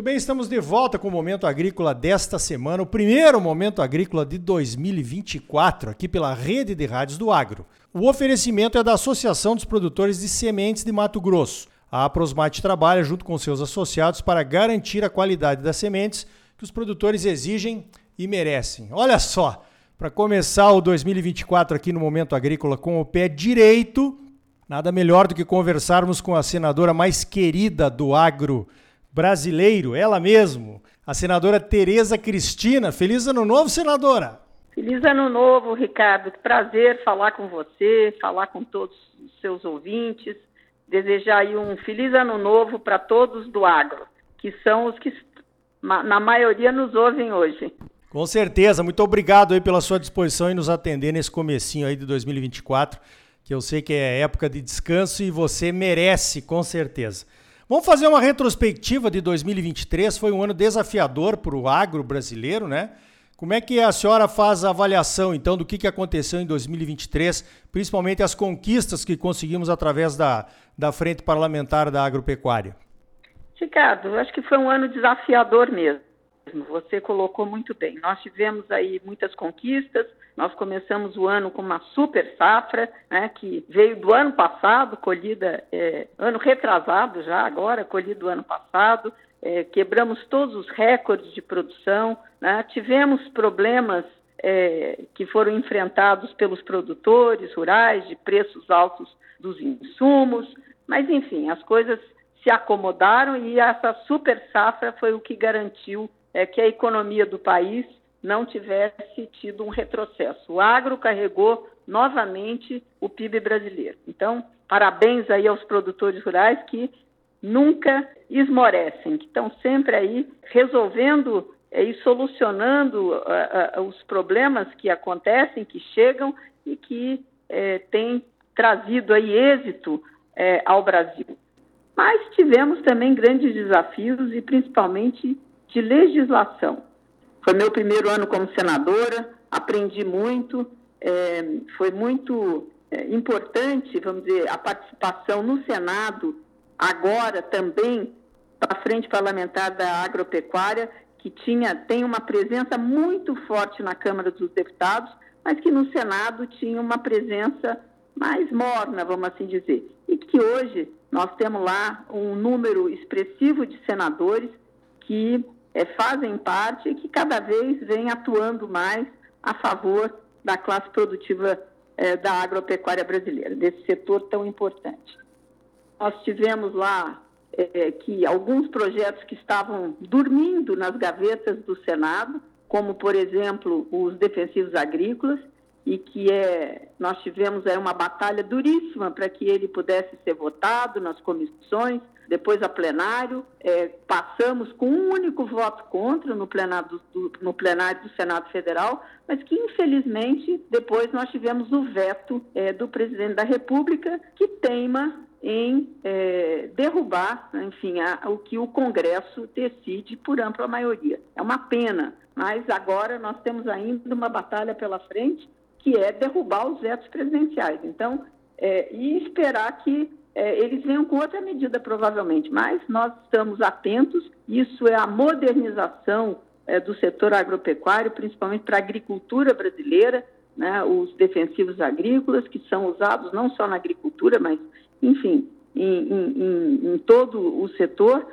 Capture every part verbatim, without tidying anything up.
bem, estamos de volta com o Momento Agrícola desta semana, o primeiro Momento Agrícola de dois mil e vinte e quatro, aqui pela Rede de Rádios do Agro. O oferecimento é da Associação dos Produtores de Sementes de Mato Grosso. A Aprosmate trabalha junto com seus associados para garantir a qualidade das sementes que os produtores exigem e merecem. Olha só, para começar o dois mil e vinte e quatro aqui no Momento Agrícola com o pé direito, nada melhor do que conversarmos com a senadora mais querida do agro brasileiro, ela mesmo, a senadora Tereza Cristina. Feliz Ano Novo, senadora! Feliz Ano Novo, Ricardo. Que prazer falar com você, falar com todos os seus ouvintes. Desejar aí um Feliz Ano Novo para todos do agro, que são os que, na maioria, nos ouvem hoje. Com certeza. Muito obrigado aí pela sua disposição em nos atender nesse comecinho aí de dois mil e vinte e quatro, que eu sei que é época de descanso e você merece, com certeza. Vamos fazer uma retrospectiva de dois mil e vinte e três, foi um ano desafiador para o agro brasileiro, né? Como é que a senhora faz a avaliação, então, do que, que aconteceu em dois mil e vinte e três, principalmente as conquistas que conseguimos através da, da Frente Parlamentar da Agropecuária? Ricardo, eu acho que foi um ano desafiador mesmo. Você colocou muito bem. Nós tivemos aí muitas conquistas. Nós começamos o ano com uma super safra, né, que veio do ano passado, colhida, é, ano retrasado já, agora, colhida do ano passado. É, quebramos todos os recordes de produção, né, tivemos problemas é, que foram enfrentados pelos produtores rurais, de preços altos dos insumos, mas, enfim, as coisas se acomodaram e essa super safra foi o que garantiu é, que a economia do país não tivesse tido um retrocesso. O agro carregou novamente o P I B brasileiro. Então, parabéns aí aos produtores rurais que nunca esmorecem, que estão sempre aí resolvendo é, e solucionando uh, uh, os problemas que acontecem, que chegam e que é, têm trazido aí êxito é, ao Brasil. Mas tivemos também grandes desafios e principalmente de legislação. Foi meu primeiro ano como senadora, aprendi muito, é, foi muito é, importante, vamos dizer, a participação no Senado, agora também para a Frente Parlamentar da Agropecuária, que tinha, tem uma presença muito forte na Câmara dos Deputados, mas que no Senado tinha uma presença mais morna, vamos assim dizer. E que hoje nós temos lá um número expressivo de senadores que É, fazem parte e que cada vez vem atuando mais a favor da classe produtiva é, da agropecuária brasileira, desse setor tão importante. Nós tivemos lá é, que alguns projetos que estavam dormindo nas gavetas do Senado, como, por exemplo, os defensivos agrícolas, e que é, nós tivemos é, uma batalha duríssima para que ele pudesse ser votado nas comissões, depois a plenário, é, passamos com um único voto contra no plenário do, do, no plenário do Senado Federal, mas que, infelizmente, depois nós tivemos o veto é, do presidente da República, que teima em é, derrubar, enfim, a, o que o Congresso decide por ampla maioria. É uma pena, mas agora nós temos ainda uma batalha pela frente, que é derrubar os vetos presidenciais. Então, é, e esperar que é, eles venham com outra medida, provavelmente. Mas nós estamos atentos, isso é a modernização é, do setor agropecuário, principalmente para a agricultura brasileira, né, os defensivos agrícolas, que são usados não só na agricultura, mas, enfim, em, em, em todo o setor,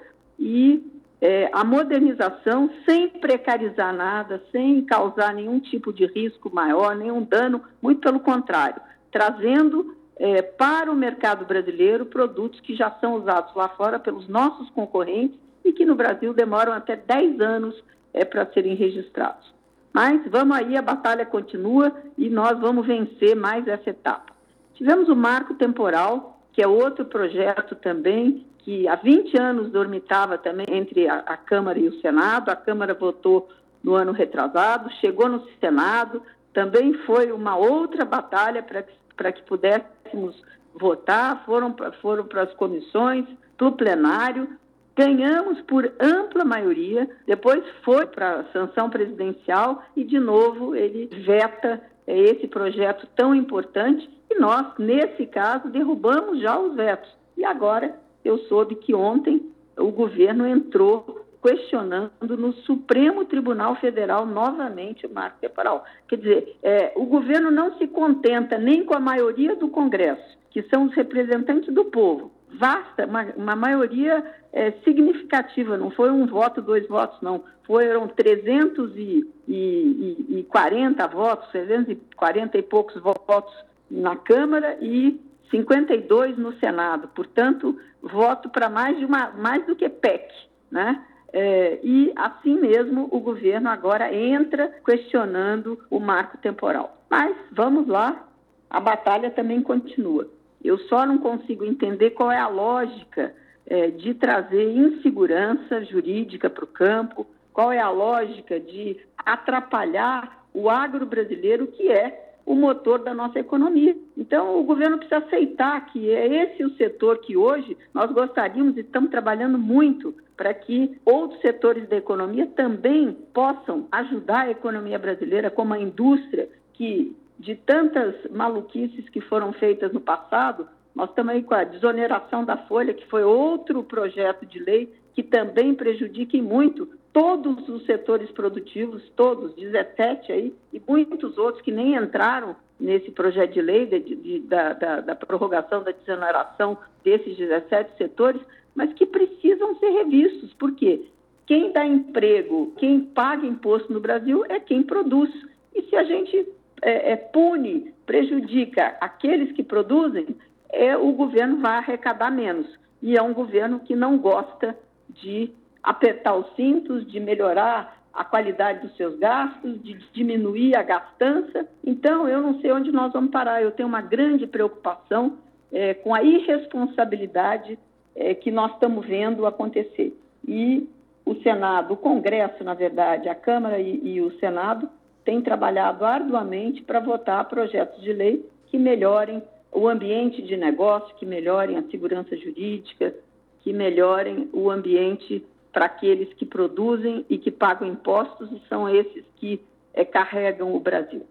e É, a modernização sem precarizar nada, sem causar nenhum tipo de risco maior, nenhum dano, muito pelo contrário, trazendo é, para o mercado brasileiro produtos que já são usados lá fora pelos nossos concorrentes e que no Brasil demoram até dez anos é, para serem registrados. Mas vamos aí, a batalha continua e nós vamos vencer mais essa etapa. Tivemos o marco temporal, que é outro projeto também, que há vinte anos dormitava também entre a, a Câmara e o Senado. A Câmara votou no ano retrasado, chegou no Senado, também foi uma outra batalha para que, para que pudéssemos votar, foram, foram para as comissões, para o plenário, ganhamos por ampla maioria, depois foi para a sanção presidencial e, de novo, ele veta é, esse projeto tão importante e nós, nesse caso, derrubamos já os vetos. E agora eu soube que ontem o governo entrou questionando no Supremo Tribunal Federal novamente o marco temporal. Quer dizer, é, o governo não se contenta nem com a maioria do Congresso, que são os representantes do povo. Vasta, uma, uma maioria é, significativa, não foi um voto, dois votos, não. Foram trezentos e quarenta votos, trezentos e quarenta e poucos votos na Câmara e cinquenta e dois no Senado. Portanto, voto para mais, de uma, mais do que P E C, né? É, e, assim mesmo, o governo agora entra questionando o marco temporal. Mas, vamos lá, a batalha também continua. Eu só não consigo entender qual é a lógica é, de trazer insegurança jurídica para o campo, qual é a lógica de atrapalhar o agro brasileiro, que é o motor da nossa economia. Então, o governo precisa aceitar que é esse o setor que hoje nós gostaríamos e estamos trabalhando muito para que outros setores da economia também possam ajudar a economia brasileira, como a indústria, que de tantas maluquices que foram feitas no passado, nós estamos aí com a desoneração da folha, que foi outro projeto de lei que também prejudica e muito todos os setores produtivos, todos, dezessete aí, e muitos outros que nem entraram nesse projeto de lei de, de, da, da, da prorrogação da desoneração desses dezessete setores, mas que precisam ser revistos. Por quê? Quem dá emprego, quem paga imposto no Brasil é quem produz. E se a gente é, é, pune, prejudica aqueles que produzem, é, o governo vai arrecadar menos. E é um governo que não gosta de apertar os cintos, de melhorar a qualidade dos seus gastos, de diminuir a gastança. Então, eu não sei onde nós vamos parar. Eu tenho uma grande preocupação é, com a irresponsabilidade é, que nós estamos vendo acontecer. E o Senado, o Congresso, na verdade, a Câmara e, e o Senado têm trabalhado arduamente para votar projetos de lei que melhorem o ambiente de negócio, que melhorem a segurança jurídica, que melhorem o ambiente para aqueles que produzem e que pagam impostos, e são esses que é, carregam o Brasil.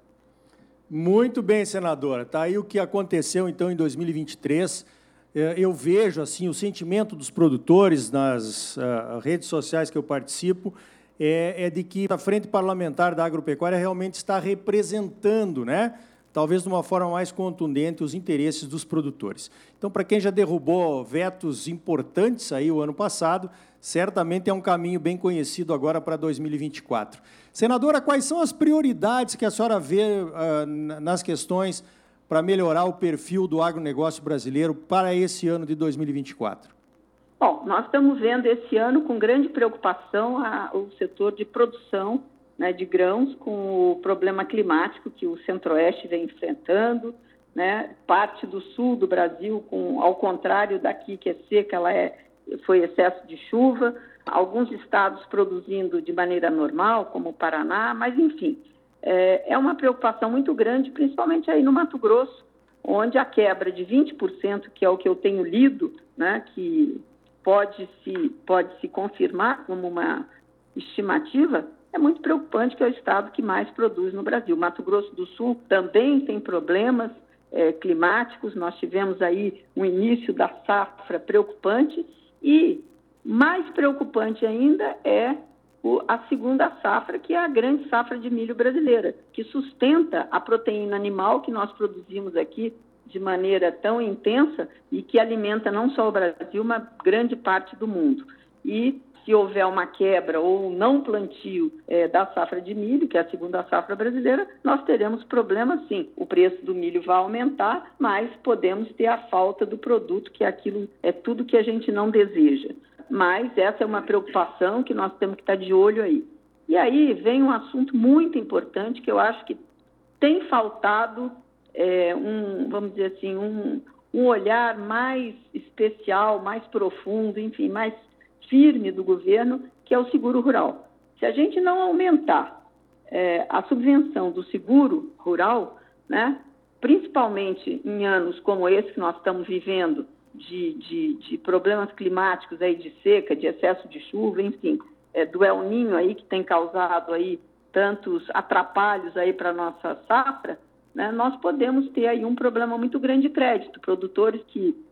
Muito bem, senadora. Está aí o que aconteceu, então, em dois mil e vinte e três. Eu vejo assim o sentimento dos produtores nas uh, redes sociais que eu participo é, é de que a Frente Parlamentar da Agropecuária realmente está representando, né, talvez de uma forma mais contundente, os interesses dos produtores. Então, para quem já derrubou vetos importantes aí o ano passado, certamente é um caminho bem conhecido agora para dois mil e vinte e quatro. Senadora, quais são as prioridades que a senhora vê uh, nas questões para melhorar o perfil do agronegócio brasileiro para esse ano de dois mil e vinte e quatro? Bom, nós estamos vendo esse ano com grande preocupação a, o setor de produção, né, de grãos, com o problema climático que o Centro-Oeste vem enfrentando, né, parte do sul do Brasil, com, ao contrário daqui que é seca, ela é, foi excesso de chuva, alguns estados produzindo de maneira normal, como o Paraná, mas enfim, é, é uma preocupação muito grande, principalmente aí no Mato Grosso, onde a quebra de vinte por cento, que é o que eu tenho lido, né, que pode se, pode se confirmar como uma estimativa, é muito preocupante, que é o estado que mais produz no Brasil. Mato Grosso do Sul também tem problemas é, climáticos, nós tivemos aí um início da safra preocupante e mais preocupante ainda é o, a segunda safra, que é a grande safra de milho brasileira, que sustenta a proteína animal que nós produzimos aqui de maneira tão intensa e que alimenta não só o Brasil, mas grande parte do mundo. E se houver uma quebra ou não plantio é, da safra de milho, que é a segunda safra brasileira, nós teremos problemas sim. O preço do milho vai aumentar, mas podemos ter a falta do produto, que é aquilo, é tudo que a gente não deseja. Mas essa é uma preocupação que nós temos que estar de olho aí. E aí vem um assunto muito importante que eu acho que tem faltado é, um, vamos dizer assim, um, um olhar mais especial, mais profundo, enfim, mais firme do governo, que é o seguro rural. Se a gente não aumentar é, a subvenção do seguro rural, né, principalmente em anos como esse que nós estamos vivendo, de, de, de problemas climáticos, aí, de seca, de excesso de chuva, enfim, é, do El Niño aí, que tem causado aí tantos atrapalhos aí para a nossa safra, né, nós podemos ter aí um problema muito grande de crédito. Produtores que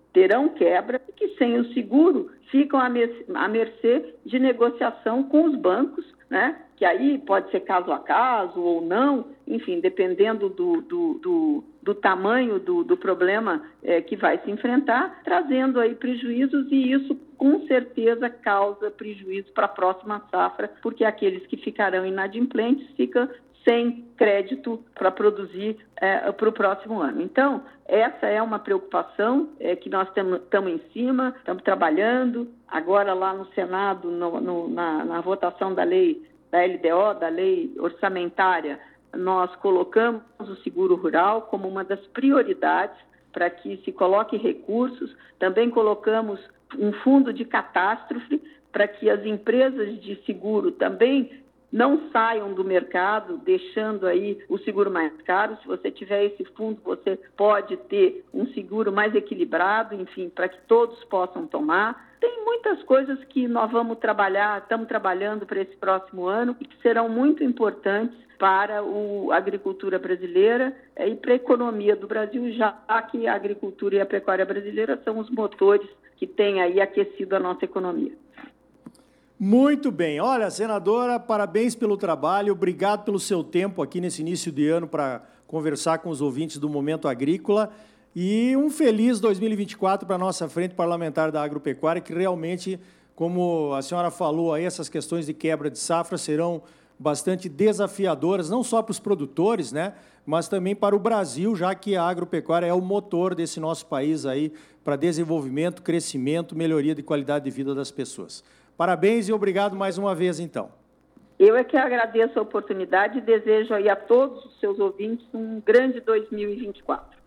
terão quebra e que sem o seguro ficam à mercê de negociação com os bancos, né? Que aí pode ser caso a caso ou não, enfim, dependendo do, do, do, do tamanho do, do problema é, que vai se enfrentar, trazendo aí prejuízos, e isso com certeza causa prejuízo para a próxima safra, porque aqueles que ficarão inadimplentes ficam sem crédito para produzir é, para o próximo ano. Então, essa é uma preocupação é, que nós estamos em cima, estamos trabalhando. Agora lá no Senado, no, no, na, na votação da lei da L D O, da lei orçamentária, nós colocamos o seguro rural como uma das prioridades para que se coloque recursos. Também colocamos um fundo de catástrofe para que as empresas de seguro também não saiam do mercado, deixando aí o seguro mais caro. Se você tiver esse fundo, você pode ter um seguro mais equilibrado, enfim, para que todos possam tomar. Tem muitas coisas que nós vamos trabalhar, estamos trabalhando para esse próximo ano e que serão muito importantes para o, a agricultura brasileira e para a economia do Brasil, já que a agricultura e a pecuária brasileira são os motores que têm aí aquecido a nossa economia. Muito bem. Olha, senadora, parabéns pelo trabalho, obrigado pelo seu tempo aqui nesse início de ano para conversar com os ouvintes do Momento Agrícola, e um feliz dois mil e vinte e quatro para a nossa frente parlamentar da agropecuária, que realmente, como a senhora falou aí, essas questões de quebra de safra serão bastante desafiadoras, não só para os produtores, né, mas também para o Brasil, já que a agropecuária é o motor desse nosso país aí para desenvolvimento, crescimento, melhoria de qualidade de vida das pessoas. Parabéns e obrigado mais uma vez, então. Eu é que agradeço a oportunidade e desejo aí a todos os seus ouvintes um grande dois mil e vinte e quatro.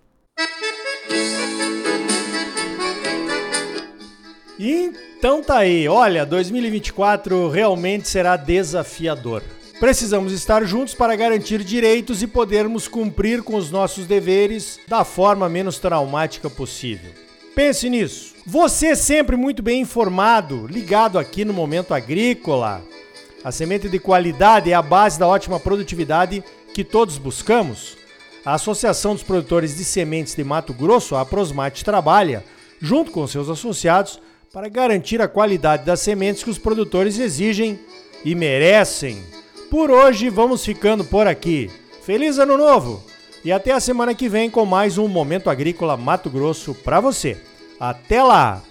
Então tá aí, olha, dois mil e vinte e quatro realmente será desafiador. Precisamos estar juntos para garantir direitos e podermos cumprir com os nossos deveres da forma menos traumática possível. Pense nisso. Você sempre muito bem informado, ligado aqui no Momento Agrícola. A semente de qualidade é a base da ótima produtividade que todos buscamos. A Associação dos Produtores de Sementes de Mato Grosso, a Prosmate, trabalha, junto com seus associados, para garantir a qualidade das sementes que os produtores exigem e merecem. Por hoje, vamos ficando por aqui. Feliz Ano Novo! E até a semana que vem com mais um Momento Agrícola Mato Grosso para você. Até lá!